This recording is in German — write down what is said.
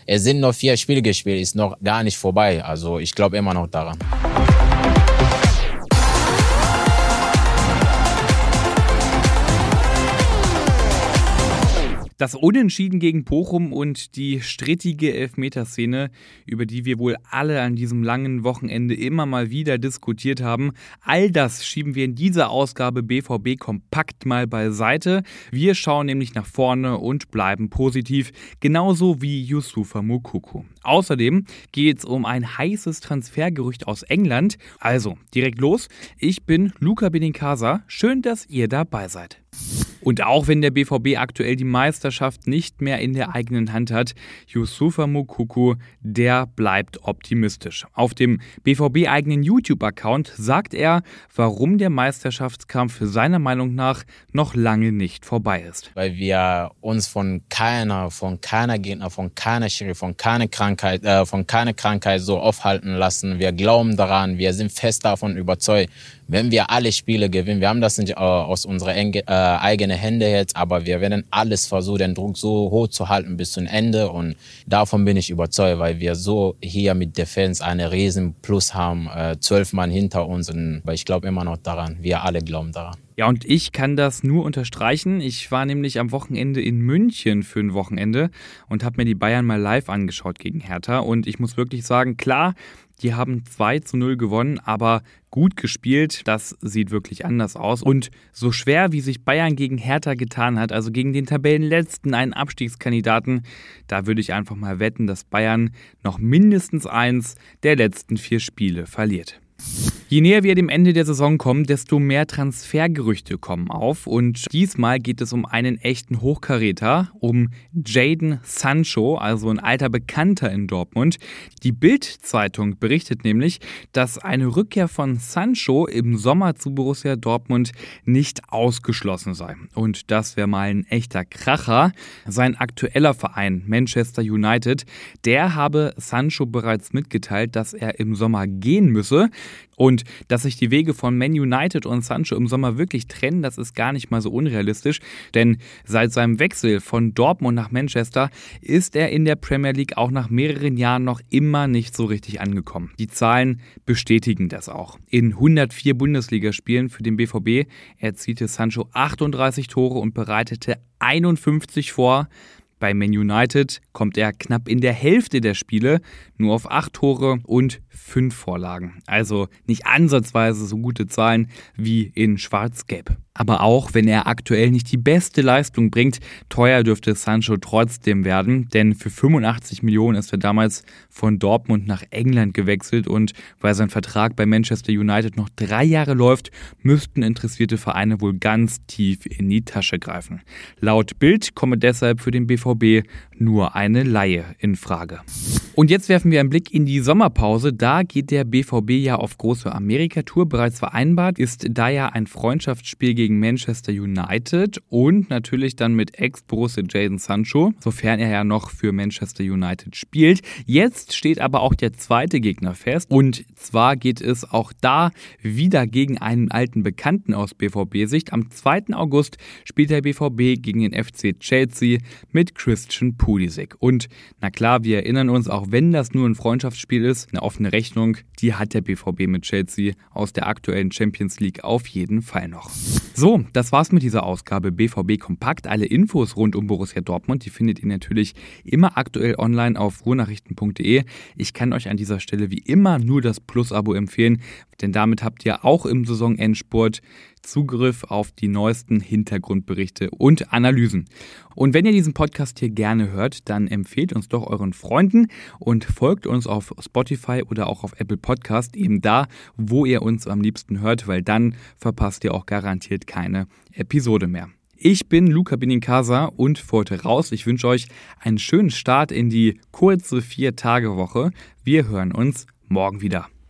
Es sind noch 4 Spiele gespielt, ist noch gar nicht vorbei. Also ich glaube immer noch daran. Das Unentschieden gegen Bochum und die strittige Elfmeterszene, über die wir wohl alle an diesem langen Wochenende immer mal wieder diskutiert haben, all das schieben wir in dieser Ausgabe BVB kompakt mal beiseite. Wir schauen nämlich nach vorne und bleiben positiv, genauso wie Youssoufa Moukoko. Außerdem geht es um ein heißes Transfergerücht aus England. Also, direkt los. Ich bin Luca Benincasa. Schön, dass ihr dabei seid. Und auch wenn der BVB aktuell die Meisterschaft nicht mehr in der eigenen Hand hat, Youssoufa Moukoko, der bleibt optimistisch. Auf dem BVB-eigenen YouTube-Account sagt er, warum der Meisterschaftskampf seiner Meinung nach noch lange nicht vorbei ist. Weil wir uns von keiner Gegner, von keiner Schiri, von keiner Krankheit so aufhalten lassen. Wir glauben daran, wir sind fest davon überzeugt, wenn wir alle Spiele gewinnen, wir haben das nicht aus unserer eigenen Hände jetzt, aber wir werden alles versuchen, den Druck so hoch zu halten bis zum Ende und davon bin ich überzeugt, weil wir so hier mit Defense eine riesen Plus haben, 12 Mann hinter uns und ich glaube immer noch daran, wir alle glauben daran. Ja, und ich kann das nur unterstreichen. Ich war nämlich am Wochenende in München für ein Wochenende und habe mir die Bayern mal live angeschaut gegen Hertha. Und ich muss wirklich sagen, klar, die haben 2-0 gewonnen, aber gut gespielt, das sieht wirklich anders aus. Und so schwer, wie sich Bayern gegen Hertha getan hat, also gegen den Tabellenletzten, einen Abstiegskandidaten, da würde ich einfach mal wetten, dass Bayern noch mindestens 1 der letzten 4 Spiele verliert. Je näher wir dem Ende der Saison kommen, desto mehr Transfergerüchte kommen auf und diesmal geht es um einen echten Hochkaräter, um Jadon Sancho, also ein alter Bekannter in Dortmund. Die Bild-Zeitung berichtet nämlich, dass eine Rückkehr von Sancho im Sommer zu Borussia Dortmund nicht ausgeschlossen sei. Und das wäre mal ein echter Kracher. Sein aktueller Verein Manchester United, der habe Sancho bereits mitgeteilt, dass er im Sommer gehen müsse. Und dass sich die Wege von Man United und Sancho im Sommer wirklich trennen, das ist gar nicht mal so unrealistisch. Denn seit seinem Wechsel von Dortmund nach Manchester ist er in der Premier League auch nach mehreren Jahren noch immer nicht so richtig angekommen. Die Zahlen bestätigen das auch. In 104 Bundesligaspielen für den BVB erzielte Sancho 38 Tore und bereitete 51 vor. Bei Man United kommt er knapp in der Hälfte der Spiele nur auf 8 Tore und 5 Vorlagen. Also nicht ansatzweise so gute Zahlen wie in Schwarz-Gelb. Aber auch wenn er aktuell nicht die beste Leistung bringt, teuer dürfte Sancho trotzdem werden. Denn für 85 Millionen ist er damals von Dortmund nach England gewechselt. Und weil sein Vertrag bei Manchester United noch 3 Jahre läuft, müssten interessierte Vereine wohl ganz tief in die Tasche greifen. Laut Bild komme deshalb für den BVB nur eine Leihe in Frage. Und jetzt werfen wir einen Blick in die Sommerpause. Da geht der BVB ja auf große Amerika-Tour. Bereits vereinbart ist da ja ein Freundschaftsspiel gegen Manchester United und natürlich dann mit Ex-Borussia Jadon Sancho, sofern er ja noch für Manchester United spielt. Jetzt steht aber auch der zweite Gegner fest und zwar geht es auch da wieder gegen einen alten Bekannten aus BVB-Sicht. Am 2. August spielt der BVB gegen den FC Chelsea mit Christian Pulisic. Und na klar, wir erinnern uns, auch wenn das nur ein Freundschaftsspiel ist, eine offene Rechnung, die hat der BVB mit Chelsea aus der aktuellen Champions League auf jeden Fall noch. So, das war's mit dieser Ausgabe BVB Kompakt. Alle Infos rund um Borussia Dortmund, die findet ihr natürlich immer aktuell online auf ruhrnachrichten.de. Ich kann euch an dieser Stelle wie immer nur das Plus-Abo empfehlen, denn damit habt ihr auch im Saisonendspurt Zugriff auf die neuesten Hintergrundberichte und Analysen. Und wenn ihr diesen Podcast hier gerne hört, dann empfehlt uns doch euren Freunden und folgt uns auf Spotify oder auch auf Apple Podcast, eben da, wo ihr uns am liebsten hört, weil dann verpasst ihr auch garantiert keine Episode mehr. Ich bin Luca Benincasa und für heute raus. Ich wünsche euch einen schönen Start in die kurze 4-Tage-Woche. Wir hören uns morgen wieder.